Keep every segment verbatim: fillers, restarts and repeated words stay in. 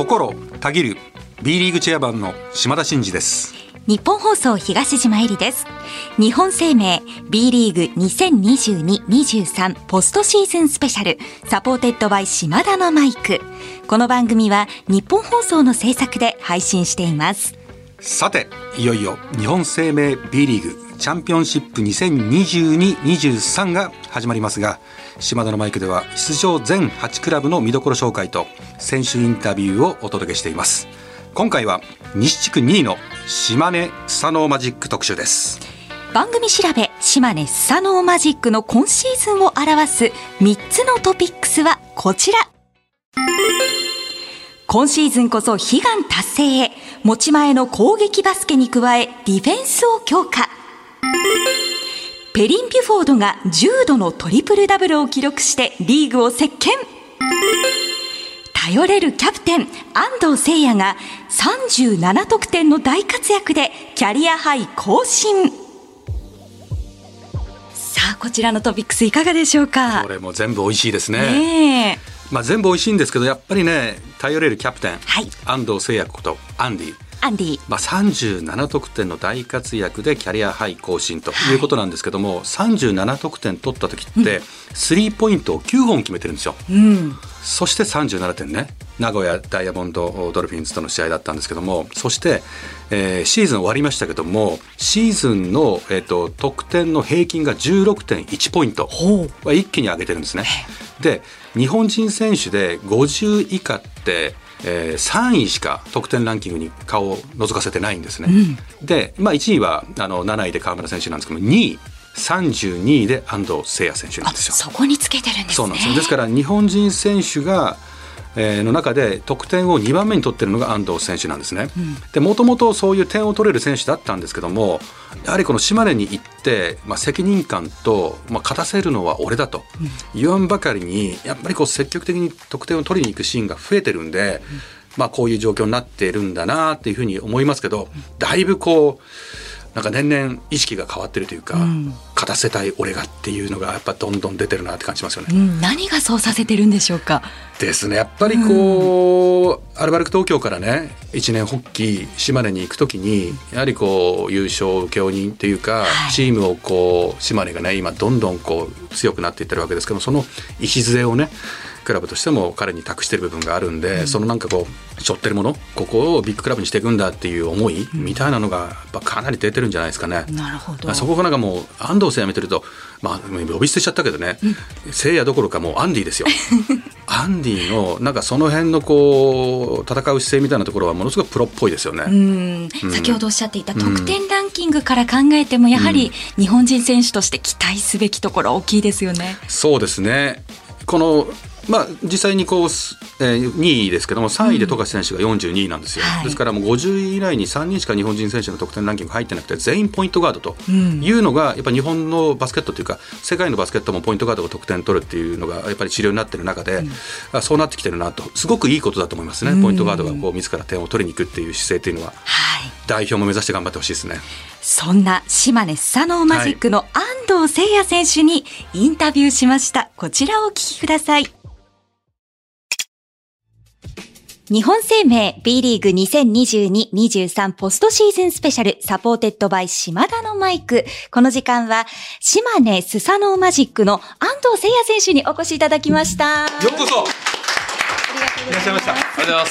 心たぎる B リーグチェアマンの島田真二です。 日本放送東島えりです。日本生命 B リーグにせんにじゅうに にじゅうさん ポストシーズンスペシャルサポーテッドバイ島田のマイク。この番組は日本放送の制作で配信しています。 さて、いよいよ日本生命 B リーグチャンピオンシップにせんにじゅうに にじゅうさんが始まりますが、島田のマイクでは出場全はちクラブの見どころ紹介と選手インタビューをお届けしています。今回は西地区にいの島根スサノーマジック特集です。 番組調べ島根スサノーマジックの今シーズンを表すみっつのトピックスはこちら。今シーズンこそ悲願達成へ、持ち前の攻撃バスケに加えディフェンスを強化。ペリン・ビュフォードがじゅうどのトリプルダブルを記録してリーグを席巻。頼れるキャプテン安藤聖也がさんじゅうななとくてんの大活躍でキャリアハイ更新。さあ、こちらのトピックスいかがでしょうか。 これも全部美味しいですね。 ねえ、 まあ、全部美味しいんですけど、やっぱりね、頼れるキャプテン、 はい、 安藤聖也ことアンディアンディ、 まあ、さんじゅうななとくてんの大活躍でキャリアハイ更新ということなんですけども、はい、さんじゅうななとくてん取った時ってスリーポイントをきゅうほん決めてるんですよ、うん、そしてさんじゅうななてんね、名古屋ダイヤモンドドルフィンズとの試合だったんですけども、そして、えー、シーズン終わりましたけども、シーズンの、えーと、得点の平均が じゅうろくてんいち ポイントは一気に上げてるんですね。で、日本人選手でごじゅういかってえー、さんいしか得点ランキングに顔を覗かせてないんですね、うん、で、まあ、いちいはあのなないで河村選手なんですけども、にいさんじゅうにいで安藤聖也選手なんですよ。 そこにつけてるんですね。 そうなんですよ。ですから日本人選手がえー、の中で得点をにばんめに取ってるのが安藤選手なんですね、うん、で、もともとそういう点を取れる選手だったんですけども、やはりこの島根に行って、まあ、責任感と、まあ、勝たせるのは俺だと言わんばかりに、やっぱりこう積極的に得点を取りに行くシーンが増えてるんで、うん、まあ、こういう状況になっているんだなっていうふうに思いますけど、だいぶこうなんか年々意識が変わってるというか、うん、勝たせたい俺がっていうのがやっぱどんどん出てるなって感じますよね、うん、 何がそうさせてるんでしょうか。 ですね、やっぱりこう、うん、アルバルク東京からね一年発起島根に行くときに、やはりこう優勝請負人というか、はい、チームをこう島根がね今どんどんこう強くなっていってるわけですけど、その礎をねクラブとしても彼に託している部分があるんで、うん、そのなんかこう背負ってるもの、ここをビッグクラブにしていくんだっていう思いみたいなのがやっぱかなり出てるんじゃないですかね。 なるほど。 そこがなんかもう安藤聖也見てると、まあ呼び捨てしちゃったけどね、うん、聖也どころかもうアンディですよアンディのなんかその辺のこう戦う姿勢みたいなところはものすごくプロっぽいですよね。うん、 うん、先ほどおっしゃっていた得点ランキングから考えても、やはり日本人選手として期待すべきところ大きいですよね。 そうですね。このまあ、実際にこう、えー、にいですけども、さんいで富樫選手がよんじゅうにいなんですよ、うん、ですからもうごじゅうい以内にさんにんしか日本人選手の得点ランキング入ってなくて、全員ポイントガードというのが、やっぱり日本のバスケットというか世界のバスケットもポイントガードが得点取るっていうのがやっぱり主流になっている中で、うん、そうなってきてるなと、すごくいいことだと思いますね、うん、ポイントガードがこう自ら点を取りに行くっていう姿勢というのは、はい、代表も目指して頑張ってほしいですね。 そんな島根スサノーマジックの安藤聖也選手にインタビューしました。こちらをお聞きください。日本生命 B リーグにせんにじゅうに にじゅうさん ポストシーズンスペシャルサポーテッドバイ島田のマイク。この時間は島根スサノーマジックの安藤聖也選手にお越しいただきました。 ようこそ。ありがとうございました。ありがとうございます。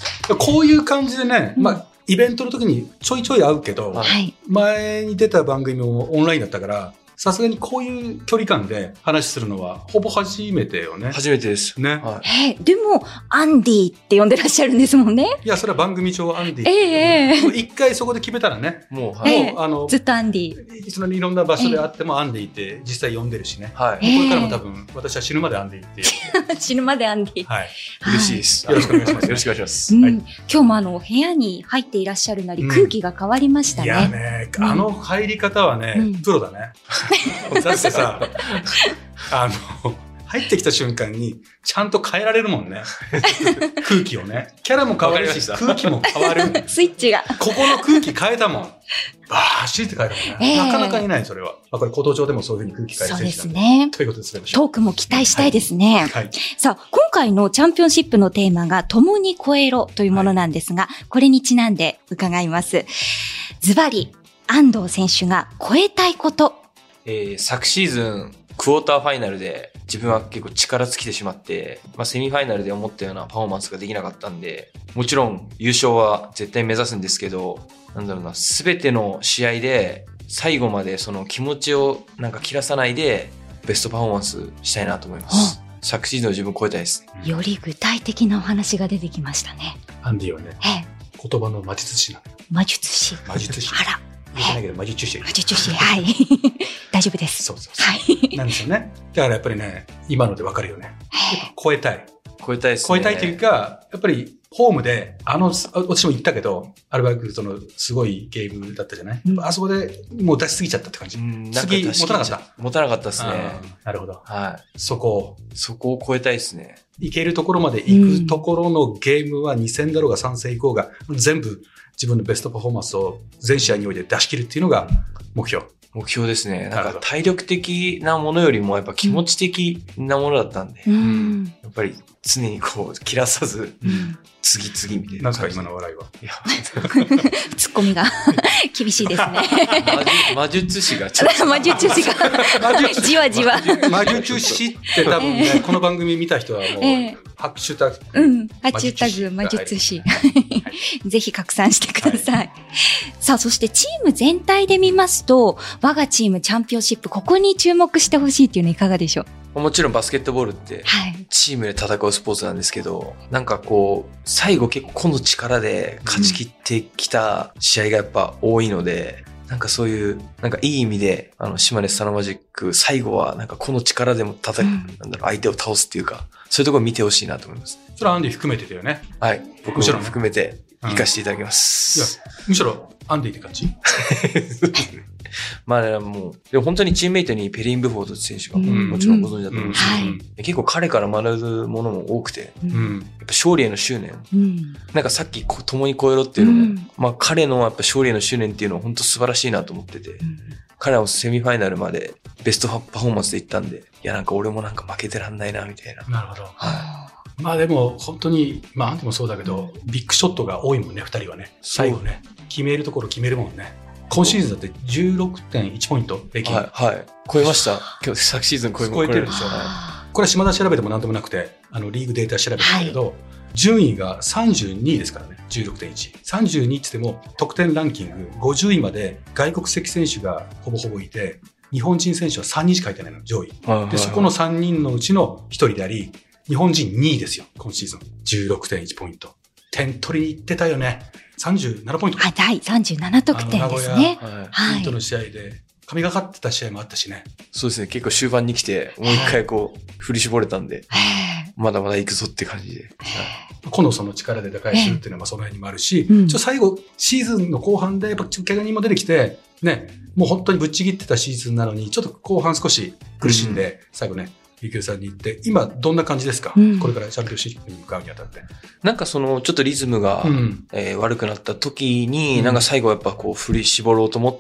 こういう感じでね、まあイベントの時にちょいちょい会うけど、はい、前に出た番組もオンラインだったから、さすがにこういう距離感で話するのはほぼ初めてよね。 初めてですね、 はい、えー、でもアンディって呼んでらっしゃるんですもんね。 いや、それは番組上アンディ、 えー、 一回そこで決めたらね、 もう、 はい、もうあのずっとアンディ、 そのいろんな場所であってもアンディって実際呼んでるしね、はい、これからも多分私は死ぬまでアンディっていう死ぬまでアンディ、 はい、 嬉しいです、 はい、よろしくお願いします。 よろしくお願いします、 うん、 はい、 今日もあの部屋に入っていらっしゃるなり、うん、空気が変わりましたね。 いやね、あの入り方はね、うん、プロだねだってさあの入ってきた瞬間にちゃんと変えられるもんね空気をね、キャラも変わるし空気も変わるスイッチがここの空気変えたもんバーシーって変えたもんね、えー、なかなかいないそれは、まあ、これ琴上でもそういう風に空気変える選手なんで、 そうですね、 ということですね。 トークも期待したいですね、 はいはい、 さあ今回のチャンピオンシップのテーマが共に超えろというものなんですが、はい、これにちなんで伺います。ズバリ、安藤選手が超えたいこと。 えー、昨シーズン、クォーターファイナルで自分は結構力尽きてしまって、まあ、セミファイナルで思ったようなパフォーマンスができなかったんで、もちろん優勝は絶対目指すんですけど、なんだろうな、すべての試合で最後までその気持ちをなんか切らさないでベストパフォーマンスしたいなと思います。昨シーズンの自分を超えたいですね。 より具体的なお話が出てきましたね。 アンディはね、ええ、言葉の魔術師なのよ。 魔術師。 魔術師。 あら。 言ってないけど魔術師。 魔術師。はい。大丈夫です。 そうそうそう。はい。なんですよね。だからやっぱりね、今のでわかるよね。やっぱ超えたい。 超えたいですね。 超えたいというか、やっぱりホームで、あの、私も言ったけど、アルバルクそのすごいゲームだったじゃない、うん、あそこでもう出しすぎちゃったって感じ。うん、次持たなかった。 持たなかったですね。 なるほど。 はい。 そこを。 そこを超えたいですね。 いけるところまで行くところのゲームはに戦だろうがさん戦行こうが、全部自分のベストパフォーマンスを全試合において出し切るっていうのが目標。 目標ですね。なんか体力的なものよりもやっぱ気持ち的なものだったんで、うん、やっぱり常にこう切らさず、うん、次々みたいな。 なんですか今の笑いは。いやツッコミが厳しいですね。 魔術師がちょっと魔術師がじわじわ。 魔術師って多分ね、えー、この番組見た人はもう、えー、ハッシュタグ、 うん、ハッシュタグ魔術師、はい、ぜひ拡散してください。はい、さあそしてチーム全体で見ますと、我がチームチャンピオンシップここに注目してほしいっていうのはいかがでしょう。 もちろんバスケットボールってチームで戦うスポーツなんですけど、なんかこう最後結構個の力で勝ち切ってきた試合がやっぱ多いので、うん、なんかそういうなんかいい意味であの島根スサノマジック最後はなんか個の力でも叩く、うん、なんだろう相手を倒すっていうか、そういうところを見てほしいなと思います。 それはアンディ含めてだよね。 はい、僕も含めて行かせていただきます。 うん、いやむしろアンディって感じ。 まあもう、でも本当にチームメイトにペリン・ブフォード選手がもちろんご存知だと思うんですけど、うんうん、結構彼から学ぶものも多くて、うん、やっぱ勝利への執念、うん、なんかさっき共に超えろっていうのも、うん、まあ彼のやっぱ勝利への執念っていうのは本当素晴らしいなと思ってて、うん、彼はセミファイナルまでベストパフォーマンスで行ったんで、いやなんか俺もなんか負けてらんないなみたいな。 なるほど。はい、まあでも本当に、まあアンディもそうだけど、ビッグショットが多いもんね、二人はね。最後ね。決めるところ決めるもんね。今シーズンだって じゅうろくてんいち ポイント平均。 はい、はい。超えました。今日昨シーズン超え超えてるでしょ。これは島田調べてもなんともなくて、あのリーグデータ調べたんだけど、はい、順位がさんじゅうにいですからね。じゅうろくてんいち。さんじゅうにって言っても得点ランキングごじゅういまで外国籍選手がほぼほぼいて、日本人選手はさんにんしかいてないの、上位。はいはいはい、で、そこのさんにんのうちのひとりであり、日本人にいですよ、今シーズン。じゅうろくてんいち ポイント。点取りに行ってたよね。さんじゅうななポイント。 はい、さんじゅうなな得点ですね。 はい。イントの試合で、神がかってた試合もあったしね。 そうですね。結構終盤に来て、もう一回こう、振り絞れたんで、まだまだ行くぞって感じで。 個のその力で打開するっていうのはその辺にもあるし、うん、ちょ最後、シーズンの後半で、やっぱ怪我人も出てきて、ね、もう本当にぶっちぎってたシーズンなのに、ちょっと後半少し苦しんで、うん、最後ね、ゆきおさんに行って、今どんな感じですか、うん、これからチャンピオンシップに向かうにあたって。 なんかその、ちょっとリズムが、うんえー、悪くなった時に、うん、なんか最後やっぱこう振り絞ろうと思って、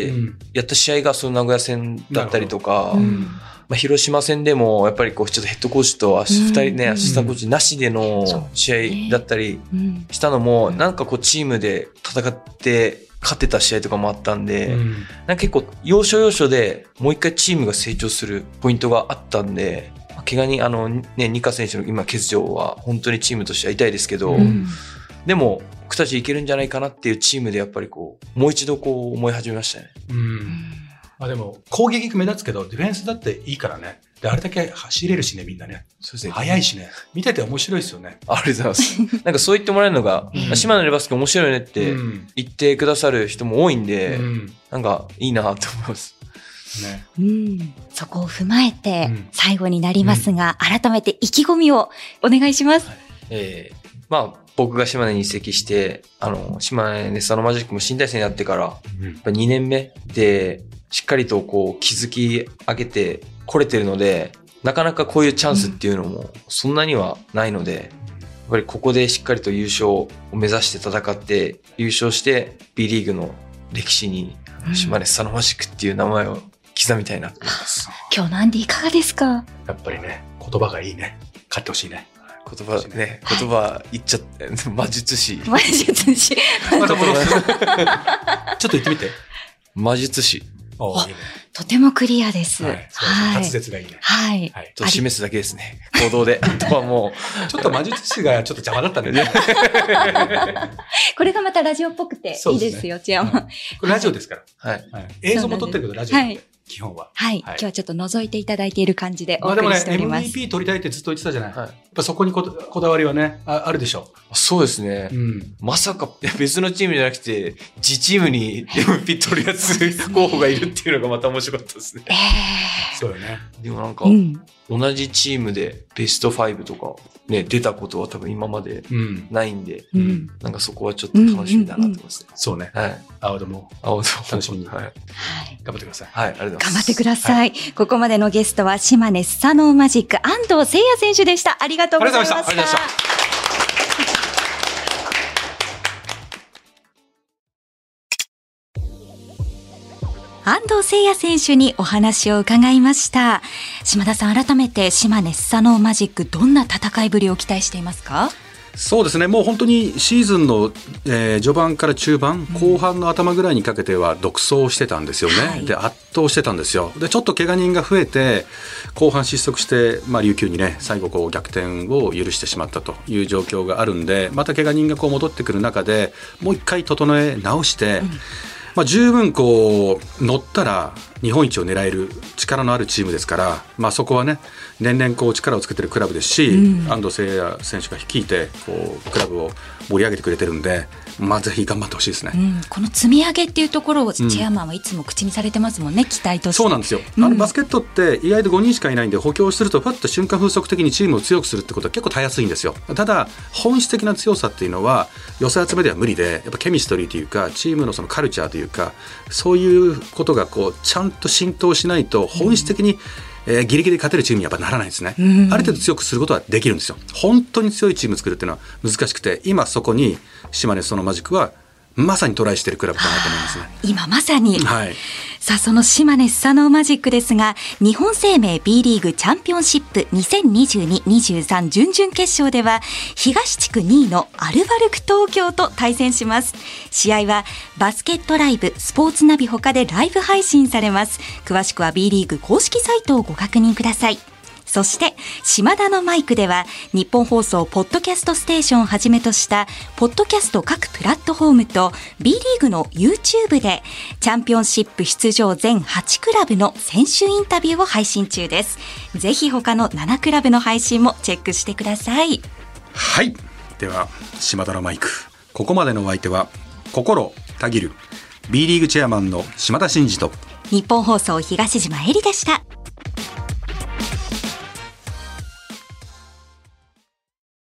うん、やった試合がその名古屋戦だったりとか、うんまあ、広島戦でもやっぱりこうちょっとヘッドコーチと二人ね、アシスタントコーチなしでの試合だったりしたのも、なんかこうチームで戦って勝てた試合とかもあったんで、なんか結構要所要所でもう一回チームが成長するポイントがあったんで、怪我にあのね、ニカ選手の今欠場は本当にチームとしては痛いですけど、でも僕たちいけるんじゃないかなっていうチームでやっぱりこう、もう一度こう思い始めましたね。 うんまあ、でも攻撃が目立つけどディフェンスだっていいからね。であれだけ走れるしね、みんなね。そうですね。速いしね。見てて面白いですよね。 ありがとうございます。なんかそう言ってもらえるのが、うん、島根のバスケ面白いねって言ってくださる人も多いんで、うん、なんかいいなと思います。 ね、うんそこを踏まえて最後になりますが、うん、改めて意気込みをお願いします。はい、 えー、まあ僕が島根に移籍して、あの島根ネスサノマジックも新体制になってから、うん、やっぱにねんめでしっかりとこう築き上げてこれてるので、なかなかこういうチャンスっていうのもそんなにはないので、うん、やっぱりここでしっかりと優勝を目指して戦って優勝して B リーグの歴史に島根ネスサノマジックっていう名前を刻みたいなと思います。 今日のアンディいかがですか？ やっぱりね、言葉がいいね。勝ってほしいね。 言葉ね、言葉言っちゃって魔術師魔術師また戻すちょっと言ってみて。 魔術師。 おいいね、 とてもクリアです。 はい。はい、滑舌がいいね。 はい。 はい。と示すだけですね。行動で。あとはもう。ちょっと魔術師がちょっと邪魔だったんだよね。 これがまたラジオっぽくていいですよ、チアマン。これラジオですから。 はい。 映像も撮ってるけど、ラジオ。はい。基本は。 はい。今日はちょっと覗いていただいている感じでお送りしております。まあでもね、エムブイピー 取りたいってずっと言ってたじゃない。はい。やっぱそこにこ、こだわりはね、あ、あるでしょう。そうですね。うん。まさか別のチームじゃなくて、自チームに エムブイピー 取るやつ候補がいるっていうのがまた面白かったですね。 ええー。そうよね。 でもなんか、うん、同じチームでベストファイブとかね、出たことは多分今までないんで、うん、なんかそこはちょっと楽しみだなと思いますね。 そうね。はい。青戸も。青戸も楽しみに。はい。頑張ってください。 はい。ありがとうございます。 頑張ってください。はい、ここまでのゲストは島根スサノーマジック安藤聖也選手でした。ありがとうございました。ありがとうございました。安藤聖也選手にお話を伺いました。島田さん、改めて島根スサノーマジック、どんな戦いぶりを期待していますか？ そうですね、もう本当にシーズンの、えー、序盤から中盤、後半の頭ぐらいにかけては独走してたんですよね、はい、で圧倒してたんですよ。でちょっと怪我人が増えて後半失速して、まあ、琉球にね最後こう逆転を許してしまったという状況があるんで、また怪我人がこう戻ってくる中でもう一回整え直して、うんまあ、十分こう乗ったら日本一を狙える力のあるチームですから、まあ、そこはね年々こう力をつけてるクラブですし、うん、安藤聖也選手が率いてこうクラブを盛り上げてくれてるんで、まあ、ぜひ頑張ってほしいですね、うん、 この積み上げっていうところをチェアマンはいつも口にされてますもんね、うん、期待として。 そうなんですよ、うん、あのバスケットって意外とごにんしかいないんで補強するとパッと瞬間風速的にチームを強くするってことは結構たやすいんですよ。ただ本質的な強さっていうのは寄せ集めでは無理で、やっぱケミストリーというかチームのそのカルチャーというかそういうことがこうちゃんと浸透しないと本質的に、うんえー、ギリギリで勝てるチームにやっぱならないですね、うん、ある程度強くすることはできるんですよ。本当に強いチーム作るっていうのは難しくて、今そこに島根スサノーマジックはまさにトライしているクラブかなと思いますね。 今まさに、 はい、 さあその島根スサノーマジックですが、日本生命 B リーグチャンピオンシップにせんにじゅうに にじゅうさん 準々決勝では東地区にいのアルバルク東京と対戦します。試合はバスケットライブスポーツナビ他でライブ配信されます。詳しくは B リーグ公式サイトをご確認ください。そして島田のマイクでは日本放送ポッドキャストステーションをはじめとしたポッドキャスト各プラットフォームと B リーグの YouTube でチャンピオンシップ出場全はちクラブの選手インタビューを配信中です。ぜひ他のななクラブの配信もチェックしてください。 はい、では島田のマイク、ここまでのお相手は心たぎる B リーグチェアマンの島田真二と日本放送東島えりでした。